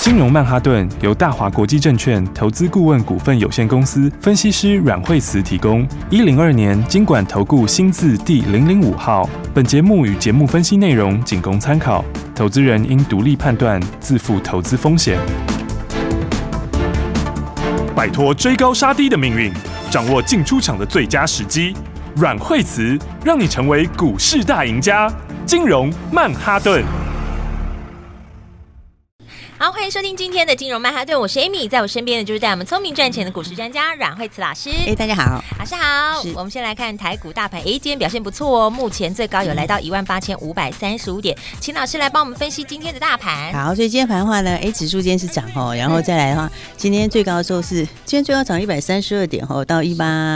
金融曼哈顿由大华国际证券投资顾问股份有限公司分析师阮惠慈提供。102年金管投顾新字第005号。本节目与节目分析内容仅供参考，投资人应独立判断，自负投资风险。摆脱追高杀低的命运，掌握进出场的最佳时机。阮惠慈让你成为股市大赢家。金融曼哈顿。 好，欢迎收听今天的金融曼哈顿，我是 Amy， 在我身边的就是带我们聪明赚钱的股市专家阮惠慈老师。 大家好， 老师好。我们先来看台股大盘，今天表现不错哦，目前最高有来到18535点，请老师来帮我们分析今天的大盘。 好，所以今天盘的话呢，指数今天是涨哦，然后再来的话，今天最高的时候是今天最高涨132点哦，到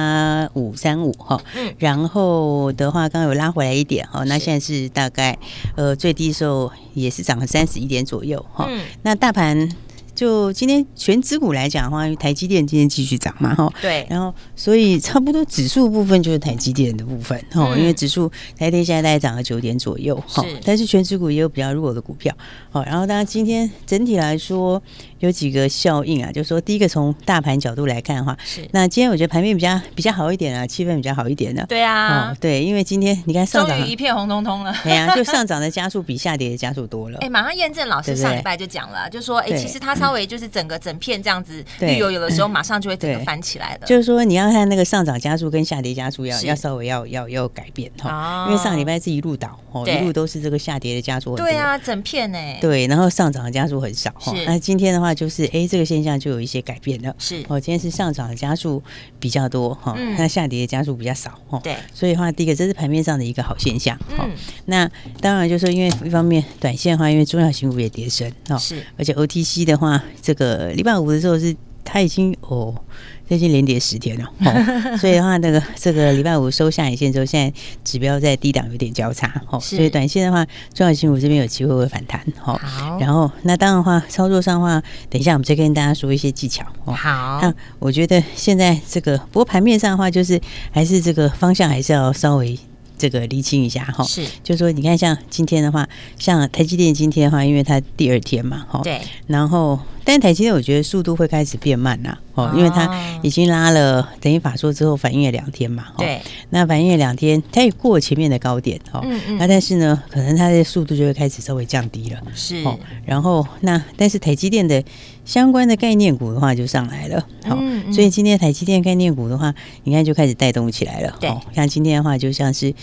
18535哈，然后的话刚刚有拉回来一点哦，那现在是大概最低的时候也是涨了31点左右哈，那大盘就今天全指股来讲的话，因为台积电今天继续涨嘛， 对， 然后所以差不多指数部分就是台积电的部分，因为指数台电现在大概涨了9点左右，但是全指股也有比较弱的股票，然后当然今天整体来说有几个效应啊，就是说第一个从大盘角度来看的话，那今天我觉得盘面比较好一点啊，气氛比较好一点的， 对啊， 对，因为今天你看上涨终于一片红彤彤了， 对啊，就上涨的家数比下跌的家数多了， 马上验证老师上礼拜就讲了，就说其实它稍微就是整片这样子绿油油的时候，马上就会整个翻起来的。 就是说你要看那个上涨加速跟下跌加速要稍微要改变因为上礼拜是一路倒一路都是这个下跌的加速很多， 对啊，整片对，然后上涨的加速很少那今天的话就是这个现象就有一些改变了， 是今天是上涨的加速比较多那下跌的加速比较少对， 所以的话第一个这是盘面上的一个好现象那当然就是说因为一方面短线的话，因为中小型股也跌深是， 而且 OTC 的话这个礼拜五的时候是它已经连跌10天了所以的话这个礼拜五收下影线之后，现在指标在低档有点交叉所以短线的话中小型股这边有机会会反弹然后那当然的话操作上的话，等一下我们再跟大家说一些技巧好， 那我觉得现在这个不过盘面上的话，就是还是这个方向还是要稍微这个厘清一下是， 就是说你看像今天的话，像台积电今天的话，因为它第2天嘛对， 然后但是台积电我觉得速度会开始变慢啦因为它已经拉了等于法说之后反应了2天嘛对， 那反应了2天，它也过前面的高点那但是呢，可能它的速度就会开始稍微降低了是然后但是台积电的相关的概念股的话就上来了所以今天台积电概念股的话，你看就开始带动起来了对， 像今天的话就像是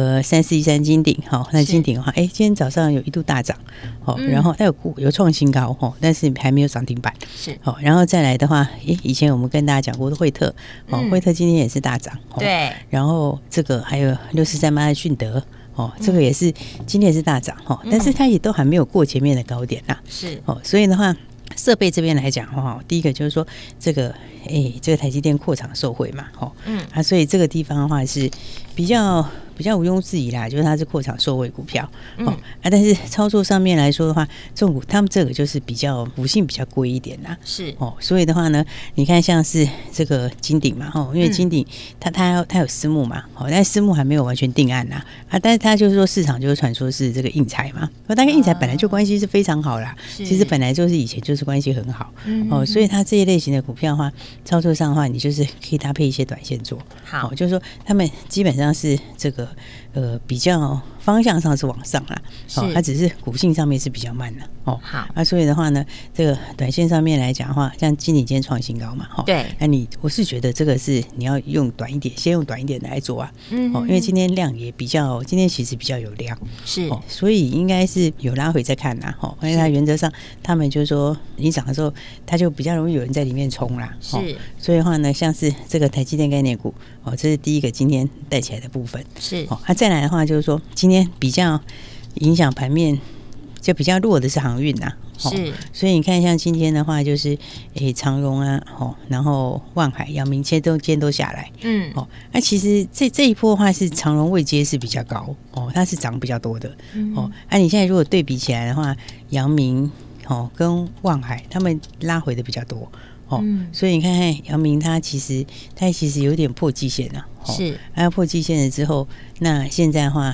3413金鼎那金鼎的话今天早上有一度大涨然后它有创新高但是还没有涨停板是然后再来的话以前我们跟大家讲过的惠特惠特今天也是大涨对， 然后这个还有6438的迅德这个也是今天也是大涨但是它也都还没有过前面的高点啦是所以的话设备这边来讲第一个就是说这个台积电扩厂受惠嘛所以这个地方的话是比较毋庸置疑啦，就是它是扩厂受惠股票但是操作上面来说的话，这种股他们这个就是比较股性比较贵一点啦是所以的话呢，你看像是这个金鼎嘛因为金鼎它有私募嘛但私募还没有完全定案啦但是它就是说市场就是传说是这个印材嘛大概印材本来就关系是非常好啦其实本来就是以前就是关系很好所以它这一类型的股票的话，操作上的话你就是可以搭配一些短线做好就是说他们基本上是这个比较方向上是往上啦它只是股性上面是比较慢的好所以的话呢，这个短线上面来讲的话，像今年今天创新高嘛对， 我是觉得这个是你要用短一点，先用短一点来做因为今天量也比较，今天其实比较有量是所以应该是有拉回再看啦因为它原则上他们就是说你涨的时候，它就比较容易有人在里面冲啦是所以的话呢，像是这个台积电概念股这是第一个今天带起来的部分是再来的话就是说今天比较影响盘面就比较弱的是航运呐是， 所以你看像今天的话就是长荣啊然后万海阳明今天都下来那其实这一波的话是长荣位阶是比较高它是涨比较多的你现在如果对比起来的话，阳明跟万海他们拉回的比较多所以你看看阳明它其实有点破季线了是它破季线了之后，那现在的话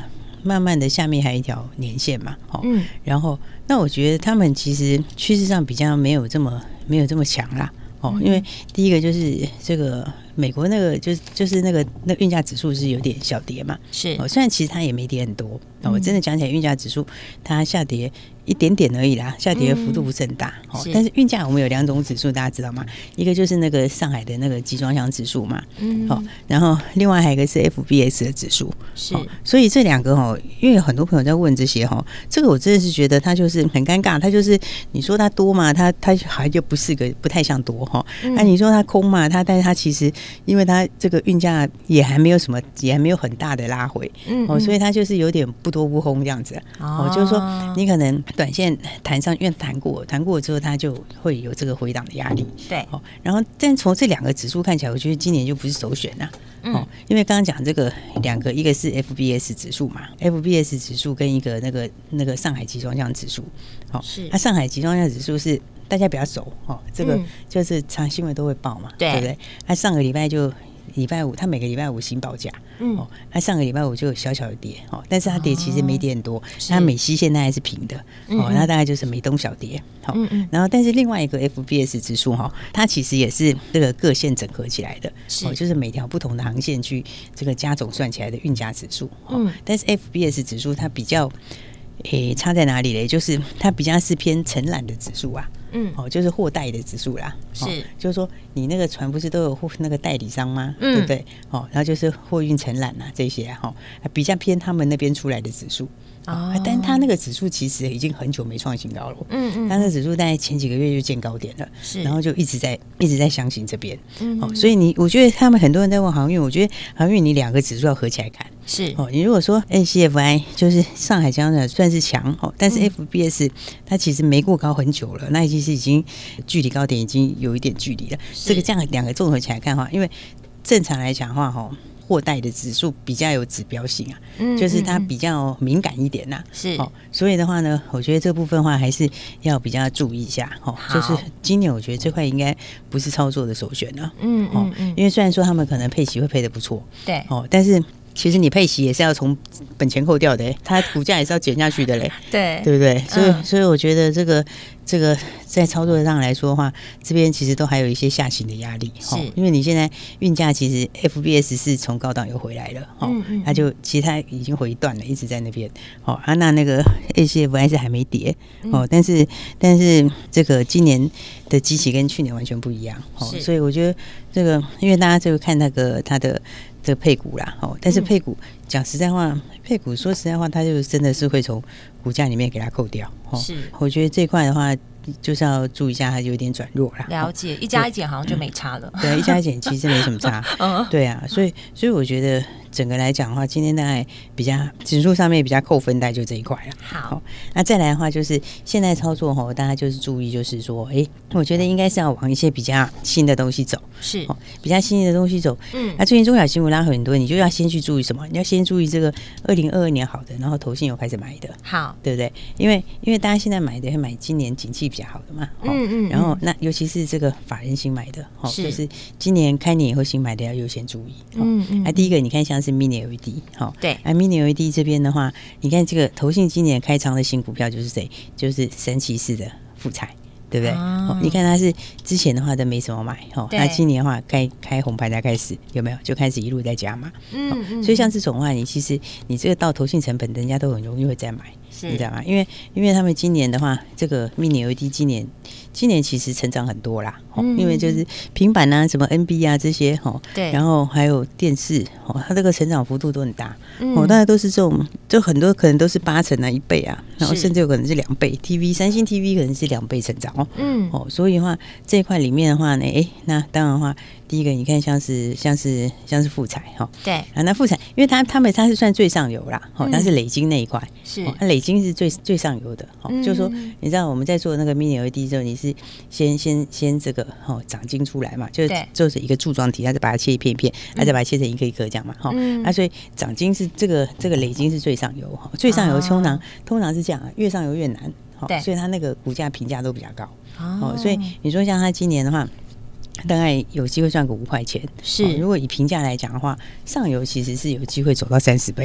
慢慢的下面还有一条年线嘛，然后那我觉得他们其实趋势上比较没有这么强啦，因为第一个就是这个美国那个就是那个运价指数是有点小跌嘛， 是虽然其实它也没跌很多，我真的讲起来运价指数它下跌一点点而已啦，下跌的幅度不是很大，但是运价我们有2种指数，大家知道吗？一个就是那个上海的那个集装箱指数嘛，然后另外还有一个是 FBS 的指数，是，所以这2个因为有很多朋友在问这些这个我真的是觉得它就是很尴尬，它就是你说它多嘛，它还就不是个不太像多那你说它空嘛，但是它其实因为它这个运价也还没有很大的拉回，所以它就是有点不多不空这样子，就是说你可能短线弹上，因为弹过之后，它就会有这个回档的压力。 对， 然后但从这2个指数看起来，我觉得今年就不是首选啦。因为刚刚讲这个2个，一个是 FBS 指数嘛 ，FBS 指数跟一个那个上海集装箱指数。是，它上海集装箱指数是大家比较熟这个就是常新闻都会报嘛，对不对？它上个礼拜就。礼拜五，它每个礼拜五新报价，它上个礼拜五就有小小的跌，但是它跌其实没跌很多，它美西现在还是平的，它大概就是美东小跌，然后但是另外一个 FBS 指数它其实也是这个各线整合起来的，就是每条不同的航线去这个加总算起来的运价指数，但是 FBS 指数它比较。差在哪里嘞？就是它比较是偏承揽的指数啊，就是货代的指数啦，是，就是说你那个船不是都有那个代理商吗？对不对？然后就是货运承揽啊这些比较偏他们那边出来的指数。但它那个指数其实已经很久没创新高了，它那个指数大概前几个月就见高点了，然后就一直在箱型这边，所以我觉得他们很多人在问航运，我觉得航运你2个指数要合起来看，是你如果说 CFI 就是上海交易算是强但是 FBS 它其实没过高很久了，那其实已经距离高点已经有一点距离了，这样2个综合起来看的话，因为正常来讲的话货代的指数比较有指标性啊，就是它比较敏感一点呐，是所以的话呢，我觉得这部分的话还是要比较注意一下就是今年我觉得这块应该不是操作的首选了，因为虽然说他们可能配息会配得不错，对但是其实你配息也是要从本钱扣掉的，它股价也是要减下去的嘞，对不对？所以我觉得这个在操作上来说的话，这边其实都还有一些下行的压力，因为你现在运价其实 FBS 是从高档又回来了，它就其实它已经回断了，一直在那边，那个 ACFI 是还没跌，但是这个今年的基期跟去年完全不一样，所以我觉得这个因为大家这个看那个它的这个配股啦，但是配股讲实在话，配股说实在话，它就真的是会从股价里面给它扣掉。是，我觉得这块的话，就是要注意一下，它有点转弱啦。 了解，一加一减好像就没差了。 对，一加一减其实没什么差。对啊，所以我觉得整个来讲的话，今天大概比较指数上面比较扣分带就这一块了。好，那再来的话就是现在操作大家就是注意，就是说，我觉得应该是要往一些比较新的东西走。是，比较新的东西走。那最近中小新闻拉很多，你就要先去注意什么？你要先注意这个2022年好的，然后投信有开始买的，好，对不对？因为大家现在买的会买今年景气比较好的嘛，然后那尤其是这个法人新买的，就是今年开年以后新买的要优先注意。第一个你看像是 Mini LED， 对，Mini LED 这边的话，你看这个投信今年开仓的新股票就是谁？就是神奇式的富彩。对不对？你看它是之前的话都没什么买，那今年的话开红牌才开始，有没有？就开始一路在加码。所以像这种的话，你其实你这个到投信成本，人家都很容易会再买，你知道吗？因为他们今年的话，这个 Mini LED 今年其实成长很多啦，因为就是平板啊、什么 NB 啊这些，对，然后还有电视，它这个成长幅度都很大，大概都是这种，就很多可能都是8成啊、1倍啊，然后甚至有可能是2倍 ，TV 三星 TV 可能是2倍成长所以的话这一块里面的话呢，那当然的话，第一个你看像是富彩对啊，那富彩因为它是算最上游啦，它是累金那一块，是它累金是最上游的，就是说你知道我们在做那个 Mini LED 之后，你是先这个长金出来嘛，就是一个柱状体，它再把它切一片一片，它再把它切成一颗一颗这样嘛，所以长金是这个累金是最上游，最上游通常是这样，越上游越难，所以它那个股价评价都比较高，所以你说像它今年的话，大概有机会赚个5块钱，是如果以评价来讲的话，上游其实是有机会走到30倍啊。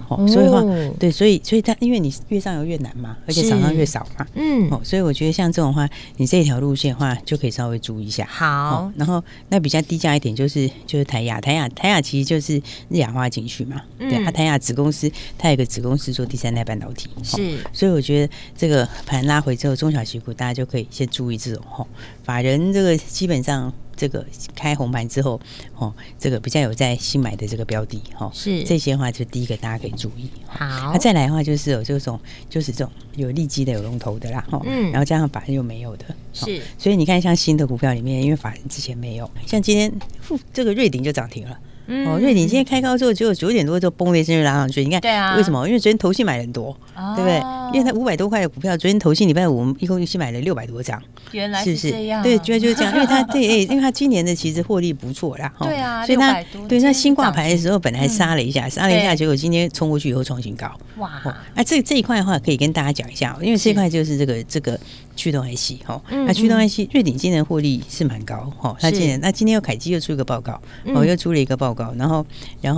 所以的话，对，所以它因为你越上游越难嘛，而且厂商越少嘛，所以我觉得像这种话，你这一条路线的话就可以稍微注意一下。 好， 然后那比较低价一点就是台亚其实就是日亚化进去嘛，对，台亚子公司它有一个子公司做第三代半导体， 是， 所以我觉得这个盘拉回之后，中小型股大家就可以先注意这种法人这个基本上。这个开红盘之后，这个比较有在新买的这个标的， 是这些的话，就第一个大家可以注意。 好， 那再来的话就是有这种，就是这种有利基的、有龙头的啦，然后加上法人又没有的， 是， 所以你看像新的股票里面，因为法人之前没有，像今天这个瑞鼎就涨停了。瑞鼎今天开高之后，只有9点多就崩了一声就拉上去。你看， 对啊， 为什么？因为昨天投信买很多，对不对？因为它500多块的股票，昨天投信礼拜五我们一共买了600多张， 原来是这样， 对，就是这样。因为它因为它今年的其实获利不错啦， 对啊， 所以它对它新挂牌的时候本来杀了一下，结果今天冲过去以后创新高，哇！这一块的话可以跟大家讲一下，因为这一块就是这个驱动 IC 那驱动 IC 瑞鼎今年获利是蛮高它今天又凯基又出一个报告又出了一个报告，然后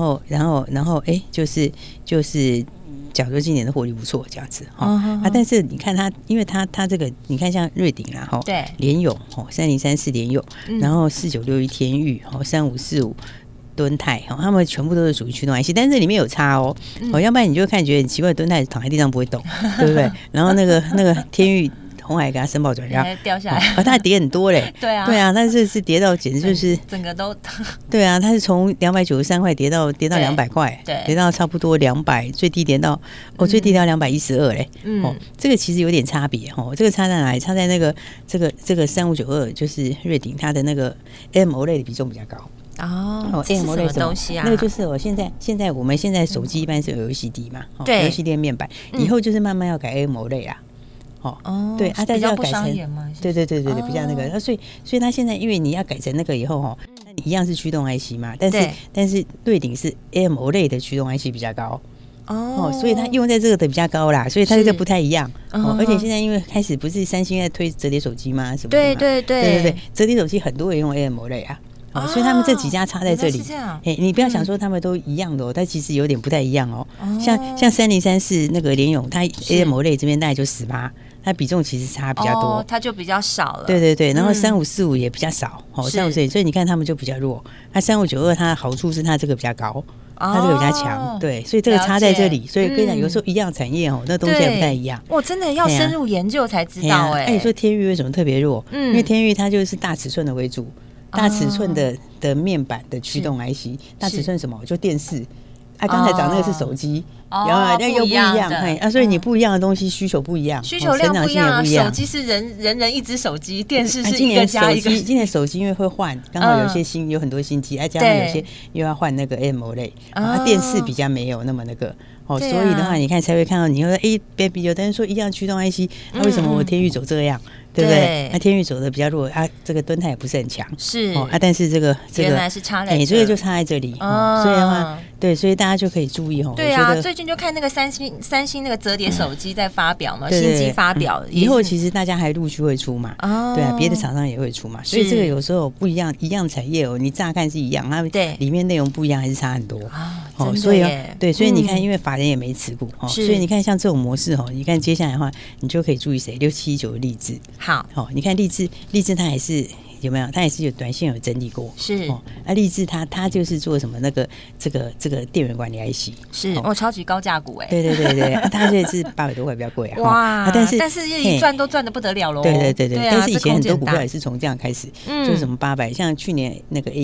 就是讲说今年的获利不错这样子但是你看它，因为它这个你看像瑞鼎啦对， 联咏3034联咏，然后4961天钰3545。敦泰他们全部都是属于驱动 IC， 但是这里面有差要不然你就看觉得很奇怪，敦泰躺在地上不会动，对不对？然后那个天钰。鸿海给他申报转让掉下来， 它跌很多嘞。对啊，但是跌到简直就是整个都对啊，它是从293块跌到200块，跌到差不多200，最低跌到最低跌到212嘞。这个其实有点差别这个差在哪里？差在那个这个3592就是瑞鼎它的那个 AMOLED 的比重比较高。 这是什么东西啊？ 那个就是我们现在手机一般是有 LCD 嘛，LCD 面板，以后就是慢慢要改 AMOLED 啦。对但是要改成对，比较那个，所以它现在因为你要改成那个以后那你一样是驱动 IC 嘛，但是瑞鼎是 AMOLED 的驱动 IC 比较高所以它用在这个的比较高啦，所以它这个不太一样而且现在因为开始不是三星在推折叠手机吗？什么的对，折叠手机很多人用 AMOLED 所以他们这几家差在这里。你不要想说他们都一样的但其实有点不太一样像3034那个联咏，它 AMOLED 这边大概就18%。它比重其实差比较多它就比较少了。 对，然后3545也比较少3545，所以你看他们就比较弱。那3592它的好处是它这个比较高，它这个比较强，对，所以这个差在这里。所以跟你讲，有时候一样产业那东西还不太一样。 我真的要深入研究才知道你说天钰为什么特别弱？因为天钰它就是大尺寸的为主，大尺寸的面板的驱动 IC， 大尺寸什么就电视。刚才讲那个是手机，然后那又不一样，所以你不一样的东西需求不一样， 需求量不一样。手机是人一只手机，电视是一个加一个。 今年手机因为会换，刚好有些有很多新机，加上有些又要换那个 AMOLED，电视比较没有那么那个。所以的话，你看才会看到你说，baby， 有的人说一样驱动 IC， 为什么我天钰走这样？对不对？那天钰走的比较弱，这个敦泰也不是很强， 是但是这个原来是差在这个就差在这里，所以的话，对，所以大家就可以注意对啊，最近就看那个三星那个折叠手机在发表嘛，新机发表， 以后其实大家还陆续会出嘛，对啊，别的厂商也会出嘛，所以这个有时候不一样，一样产业你乍看是一样，它里面内容不一样，还是差很多所以对，所以你看，因为法人也没持股所以你看像这种模式你看接下来的话，你就可以注意谁6719的励志。 好你看励志它还是有没有？它也是有短线有整理过， 是励志它就是做什么那个这个电源管理 IC， 是超级高价股对，它这是800多块比较贵哇，但是一赚都赚得不得了喽， 对，但是以前很多股票也是从这样开始，就是什么800，像去年那个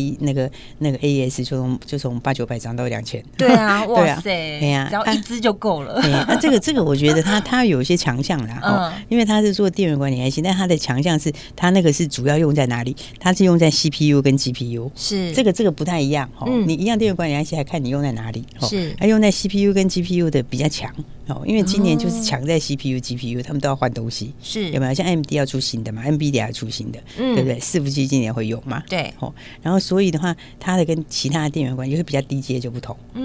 AES 就从800-900涨到2000， 对啊，哇塞，只要一支就够了。 那这个我觉得它有一些强项啦，因为它是做电源管理 IC， 但它的强项是它那个是主要用在哪里？它是用在 CPU 跟 GPU， 是这个不太一样你一样电源管理 IC， 还看你用在哪里是它用在 CPU 跟 GPU 的比较强因为今年就是强在 CPU， 他们都要换东西，是有没有？像 AMD 要出新的嘛 ，NVIDIA 要出新的，对不对？伺服器今年会用嘛？ 对然后所以的话，它的跟其他的电源管理会比较低阶就不同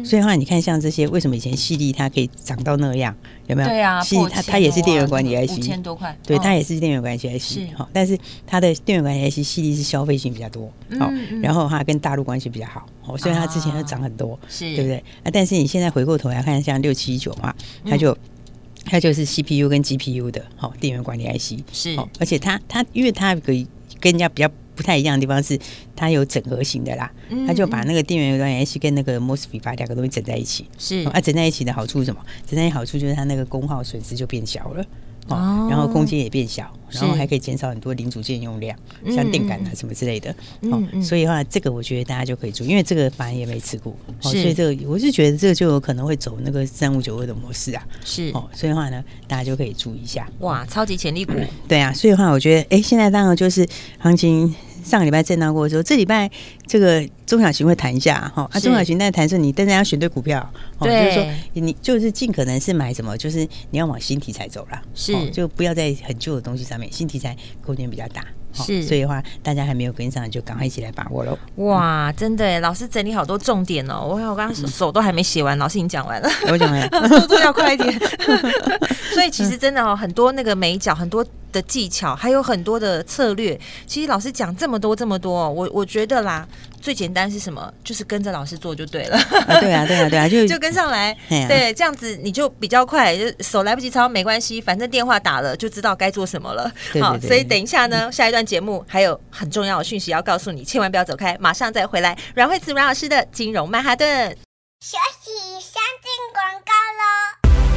所以的话，你看像这些，为什么以前细粒它可以涨到那样，有没有？ 对啊， 细粒它也是电源管理 IC， 5000多块， 对，它也是电源管理 IC， 好，但是它的电源管理 IC 细粒是消费性比较多，好，然后它跟大陆关系比较好，所以它之前会涨很多，对不对？啊，但是你现在回过头来看，像6719嘛，它就是 CPU 跟 GPU 的电源管理 IC， 是， 而且它因为它跟人家比较不太一样的地方是，它有整合型的啦，它就把那个电源管理 IC 跟那个 MOSFET 把两个东西整在一起， 是整在一起的好处是什么？整在一起好处就是它那个功耗损失就变小了。然后空间也变小，然后还可以减少很多零组件用量，像电感啊什么之类的。所以的话，这个我觉得大家就可以注意，因为这个反正也没吃过，所以这个我是觉得这个就有可能会走那个3592的模式啊。 是所以的话呢，大家就可以注意一下。 哇，超级潜力股。 对啊，所以的话，我觉得现在当然就是行情。上个礼拜震荡过的时候，这礼拜这个中小型会谈一下哈，中小型在谈是你但是要选对股票，就是说你就是尽可能是买什么，就是你要往新题材走啦，是就不要在很旧的东西上面，新题材空间比较大。是，所以的话，大家还没有跟上，就赶快一起来把握喽。 哇，真的耶，老师整理好多重点哦，我刚刚手都还没写完，老师已经讲完了， 我讲完了， 速度要快一点。所以其实真的很多那个眉角，很多的技巧，还有很多的策略。其实老师讲这么多，我觉得啦，最简单是什么？就是跟着老师做就对了。 对啊， 就跟上来。对，这样子你就比较快，就手来不及抄没关系，反正电话打了就知道该做什么了。好，所以等一下呢，下一段节目还有很重要的讯息要告诉你，千万不要走开，马上再回来。阮慧慈阮老师的金融曼哈顿。 休息，先进广告咯。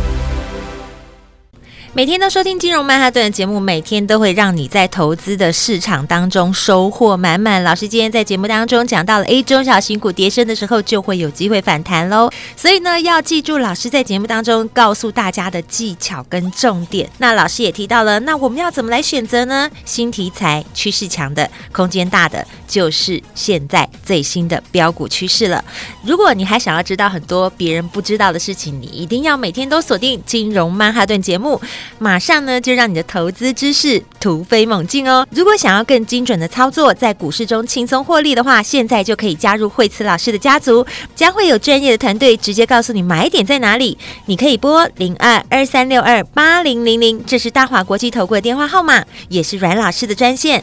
每天都收听金融曼哈顿的节目，每天都会让你在投资的市场当中收获满满。老师今天在节目当中讲到了中小型股跌升的时候就会有机会反弹咯，所以呢要记住老师在节目当中告诉大家的技巧跟重点。那老师也提到了，那我们要怎么来选择呢？新题材趋势强的空间大的就是现在最新的标股趋势了。如果你还想要知道很多别人不知道的事情，你一定要每天都锁定金融曼哈顿节目，马上呢就让你的投资知识突飞猛进哦！如果想要更精准的操作，在股市中轻松获利的话，现在就可以加入慧慈老师的家族，将会有专业的团队直接告诉你买点在哪里。你可以拨0223628000，这是大华国际投顾的电话号码，也是阮老师的专线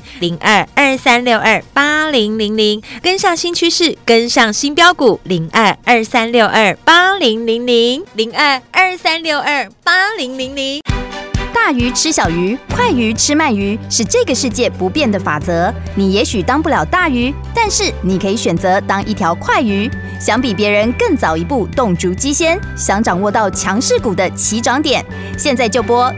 0223628000，跟上新趋势，跟上新标股0223628000，0223628000。 大鱼吃小鱼，快鱼吃慢鱼，是这个世界不变的法则。你也许当不了大鱼，但是你可以选择当一条快鱼。想比别人更早一步动足机先，想掌握到强势股的起涨点，现在就拨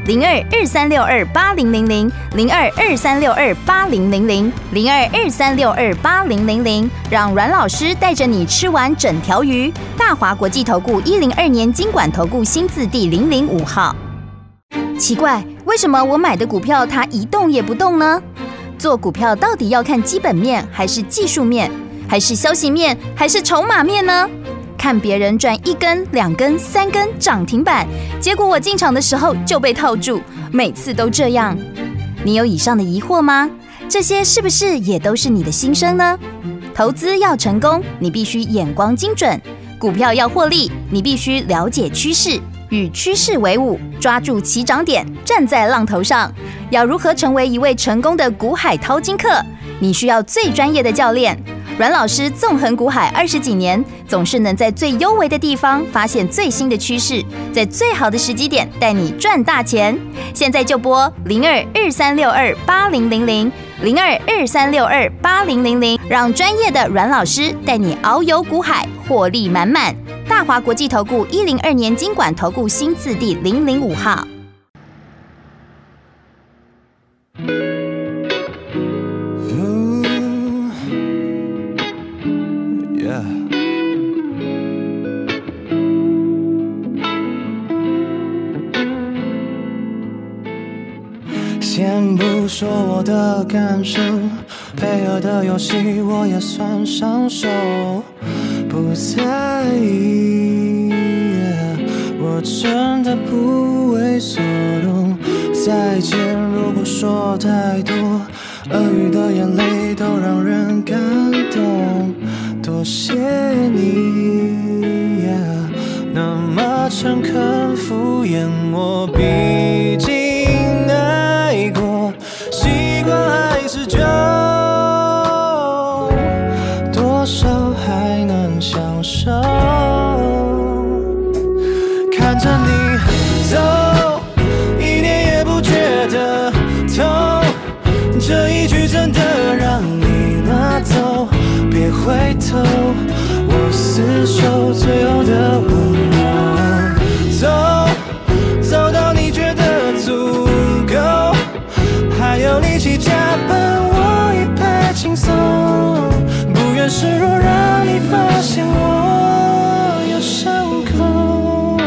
0223628000，0223628000，0223628000，让阮老师带着你吃完整条鱼。大华国际投顾102年金管投顾新字第005号。奇怪，为什么我买的股票它一动也不动呢？做股票到底要看基本面，还是技术面，还是消息面，还是筹码面呢？看别人赚1根、2根、3根涨停板，结果我进场的时候就被套住，每次都这样。你有以上的疑惑吗？这些是不是也都是你的心声呢？投资要成功，你必须眼光精准；股票要获利，你必须了解趋势。与趋势为伍，抓住起涨点，站在浪头上。要如何成为一位成功的股海淘金客？你需要最专业的教练。阮老师纵横股海20几年，总是能在最幽微的地方发现最新的趋势，在最好的时机点带你赚大钱。现在就拨0223628000，0223628000，让专业的阮老师带你遨游股海，获利满满。大华国际投顾102年金管投顾新字第005号。 先不说我的感受，配合的游戏我也算上手，不在意，我真的不为所动。再见，如果说太多，鳄鱼的眼泪都让人感动。多谢你， 诚恳敷衍我，毕竟爱过，习惯还是旧，多少还能享受。看着你走，一点也不觉得痛，这一句真的让你拿走，别回头，我厮守最后的温柔，走到你觉得足够，还有力气加班，我一拍轻松，不愿示弱让你发现我有伤口。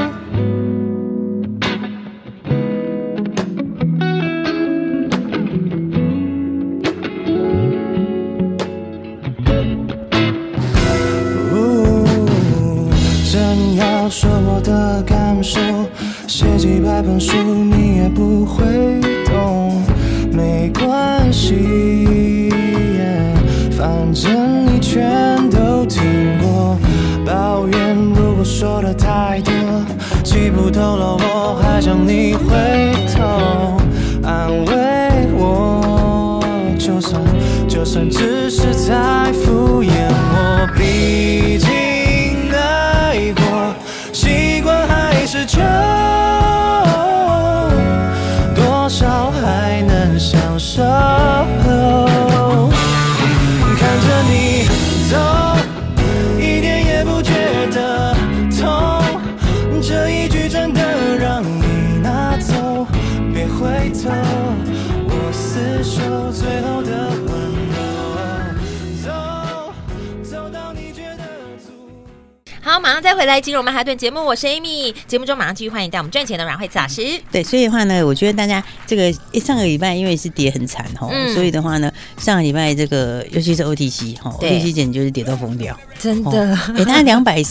真要说我的感受，写几百本书你也不会懂，没关系，反正你全都听过。抱怨如果说的太多，气不透了我还想你回头，安慰我，就算只是在敷衍我，毕竟爱过，习惯还是旧，多少还能享受。看着你走，一点也不觉得痛，这一句真的让你拿走，别回头，我厮守最后的温柔，走到你觉得足。 好，马上再回来金融曼哈顿节目，我是 Amy。节目中马上继续欢迎带我们赚钱的阮慧慈老师。 对，所以的话呢，我觉得大家这个上个礼拜因为是跌很惨哈，所以的话呢，上个礼拜这个尤其是 OTC 哈，OTC 简直就是跌到疯掉， 真的。 它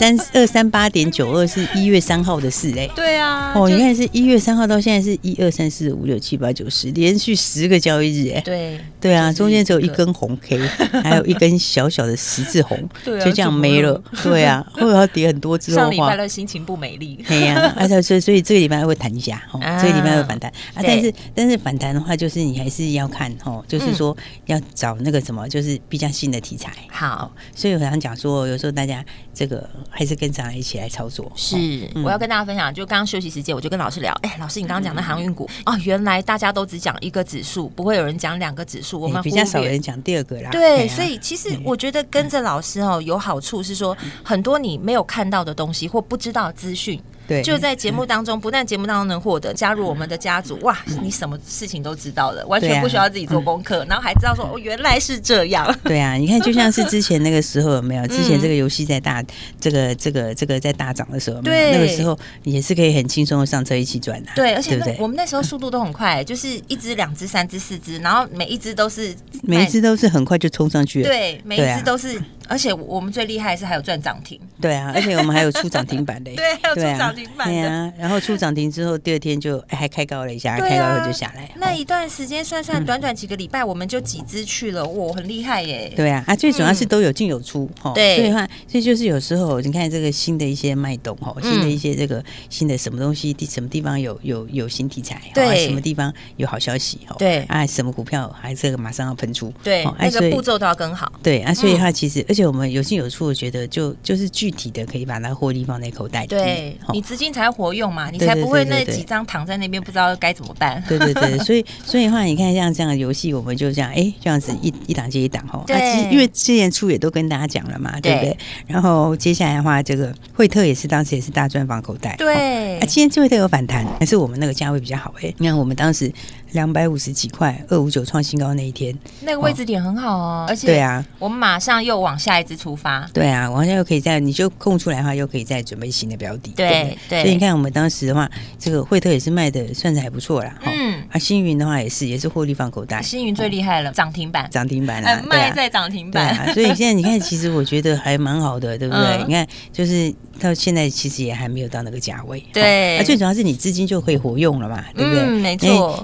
238.92是1月3号的事哎。 对啊， 你看是1月3号到现在是1、2、3、4、5、6、7、8、9、10，连续10个交易日哎。对啊，中间只有一根红 K， 还有一根小小的十字红，就这样没了。对啊，后来要跌很多之后的话， 上礼拜的心情不美丽。 对呀，所以这个礼拜会弹一下，这个礼拜会反弹啊。但是反弹的话，就是你还是要看就是说要找那个什么，就是比较新的题材。 好， 所以我想讲说，有时候大家这个还是跟上来一起来操作。 是，我要跟大家分享，就刚刚休息时间，我就跟老师聊，老师你刚刚讲的航运股原来大家都只讲一个指数，不会有人讲2个指数，我们比较少人讲第二个啦。 对，所以其实我觉得跟着老师有好处是说，很多你没有看到的东西或不知道的资讯。对，就在节目当中，不但节目当中能获得，加入我们的家族，哇，你什么事情都知道了，完全不需要自己做功课，然后还知道说原来是这样。 对啊，你看，就像是之前那个时候有没有？之前这个游戏在这个在大涨的时候，对，那个时候也是可以很轻松的上车一起赚的。 对，而且我们那时候速度都很快，就是1只、2只、3只、4只，然后每一只都是很快就冲上去了。 对，每一只都是。而且我们最厉害的是还有赚涨停， 对啊，而且我们还有出涨停板的， 对，还有出涨停板的， 对啊，然后出涨停之后，第二天就还开高了一下，开高后就下来。 那一段时间算短几个礼拜，我们就几只去了，哇，很厉害耶！ 对啊，最主要是都有进有出， 对， 所以就是有时候你看这个新的一些脉动，新的一些这个新的什么东西，什么地方有新题材，对，什么地方有好消息，对啊，什么股票还这个马上要喷出， 对，那个步骤都要更好， 对啊，所以它其实，而且我们有进有出。我觉得就是具体的可以把它获利放在口袋里， 对，你资金才活用嘛，你才不会那几张躺在那边不知道该怎么办。 对，所以的话，你看像这样的游戏，我们就这样这样子一档接一档哈。对，因为之前出也都跟大家讲了嘛，对不对？然后接下来的话，这个惠特也是当时也是大赚放口袋，对。今天惠特有反弹，但是我们那个价位比较好你看我们当时250几块，259创新高那一天， 那个位置点很好哦，而且对啊，我们马上又往下一支出发。 对啊，往下又可以你就空出来的话，又可以再准备新的标的。对，所以你看我们当时的话，这个惠特也是卖的算是还不错啦。星云的话也是获利放口袋。 星云最厉害了，涨停板啊， 卖在涨停板。 对啊，所以现在你看，其实我觉得还蛮好的，对不对？你看，就是到现在其实也还没有到那个价位。对，最主要是你资金就可以活用了嘛，对不对？ 没错。 所以有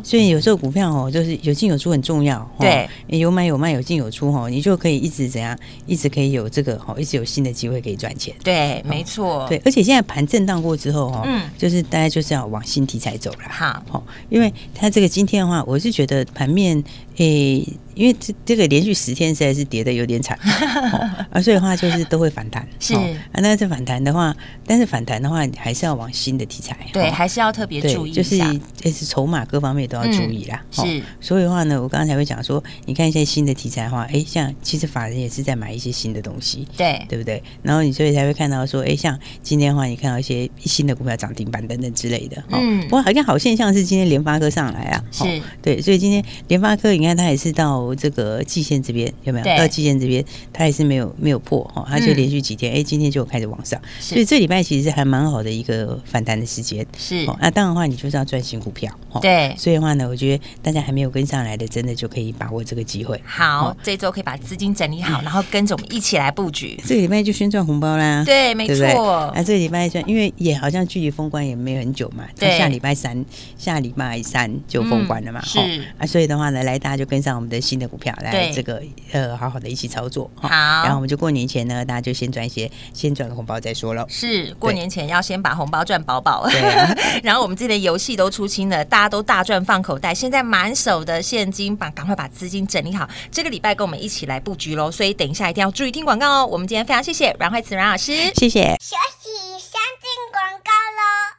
时候股票哦，就是有进有出很重要。 对， 有买有卖，有进有出哈，你就可以一直怎样，一直可以有这个一直有新的机会可以赚钱。 对，没错。 对，而且现在盘震荡过之后就是大家就是要往新题材走了。 好， 因为它这个今天的话，我是觉得盘面因为这个连续10天实在是跌得有点惨所以的话就是都会反弹。 是那这反弹的话，但是反弹的话，你还是要往新的题材。 对，还是要特别注意一下， 下， 就是筹码各方面都要注意啦。 是， 所以的话呢，我刚刚才会讲说，你看一些新的题材的话，像其实法人也是在买一些新的东西，对不对？然后你所以才会看到说，像今天的话，你看到一些新的股票涨停板等等之类的。不过好像好现象是今天联发科上来啊， 是对，所以今天联发科你看它也是到这个季线这边有没有？到季线这边它也是没有破它就连续几天，今天就开始往上，所以这礼拜其实还蛮好的一个反弹的时间。 是那当然的话，你就是要赚新股票。 对， 所以的话呢，我觉得大家还没有跟上来的，真的就可以把握这个机会。 好，这周可以把资金整理好，然后跟着我们一起来布局。 这个礼拜就先赚红包啦。 对，没错。 这个礼拜赚，因为也好像距离封关也没有很久嘛。对，下礼拜三就封关了嘛。 是所以的话呢，来大家就跟上我们的新的股票，来这个好好的一起操作。 好， 然后我们就过年前呢，大家就先赚个红包再说咯。 是，过年前要先把红包赚饱饱。对然后我们这里的游戏都出清了，大家都大赚放口袋，现在满手的现金，赶快把资金整理好。这个礼拜跟我们一起来布局咯，所以等一下一定要注意听广告哦。我们今天非常谢谢阮慧慈阮老师， 谢谢。 休息，先进广告咯。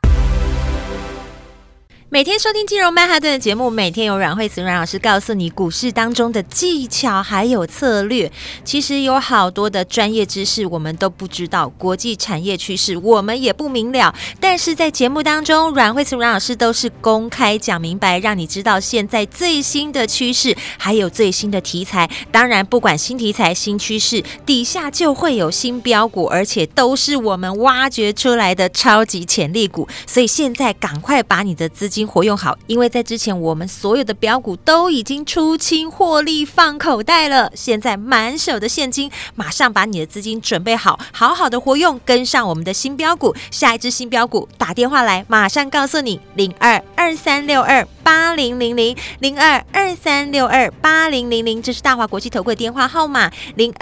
每天收听金融曼哈顿的节目，每天有阮慧慈阮老师告诉你股市当中的技巧还有策略。其实有好多的专业知识我们都不知道，国际产业趋势我们也不明了，但是在节目当中，阮慧慈阮老师都是公开讲明白，让你知道现在最新的趋势还有最新的题材。当然不管新题材新趋势，底下就会有新标股，而且都是我们挖掘出来的超级潜力股。所以现在赶快把你的资金活用好，因为在之前我们所有的标股都已经出清获利放口袋了，现在满手的现金，马上把你的资金准备好，好好的活用，跟上我们的新标股。下一支新标股打电话来，马上告诉你02-2362-8000 02-2362-8000，这是大华国际投顾的电话号码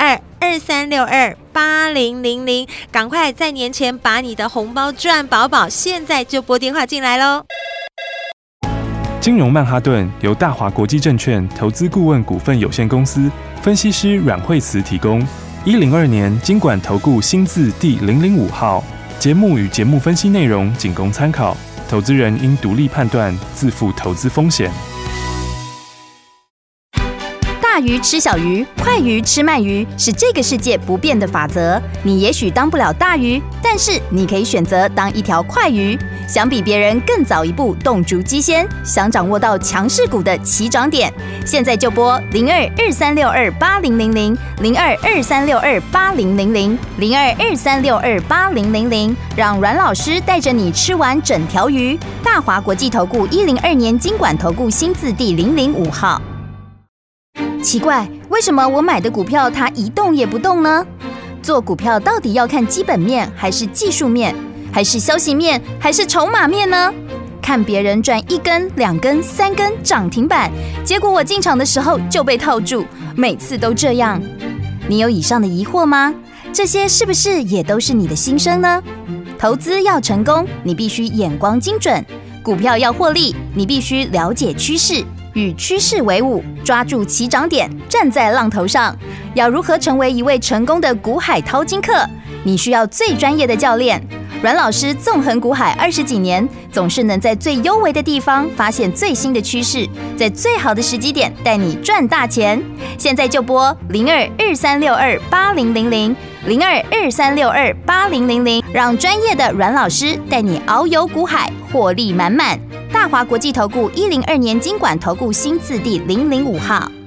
02-2362-8000，赶快在年前把你的红包赚饱饱，现在就拨电话进来咯。 金融曼哈顿由大华国际证券投资顾问股份有限公司分析师阮慧慈提供。102年金管投顾新字第005号。节目与节目分析内容仅供参考，投资人应独立判断，自负投资风险。 大鱼吃小鱼，快鱼吃慢鱼，是这个世界不变的法则。你也许当不了大鱼，但是你可以选择当一条快鱼。想比别人更早一步动足机先，想掌握到强势股的起涨点，现在就拨02-2362-8000 02-2362-8000 02-2362-8000，让阮老师带着你吃完整条鱼。大华国际投顾102年金管投顾新字第005号。奇怪，为什么我买的股票它一动也不动呢？做股票到底要看基本面，还是技术面，还是消息面，还是筹码面呢？看别人赚1根、2根、3根涨停板，结果我进场的时候就被套住，每次都这样。你有以上的疑惑吗？这些是不是也都是你的心声呢？投资要成功，你必须眼光精准；股票要获利，你必须了解趋势。与趋势为伍，抓住起涨点，站在浪头上。要如何成为一位成功的股海淘金客？你需要最专业的教练。阮老师纵横股海20几年，总是能在最优微的地方发现最新的趋势，在最好的时机点带你赚大钱。现在就拨02-2362-8000 02-2362-8000，让专业的阮老师带你遨游股海，获利满满。大华国际投顾102年金管投顾新字第005号。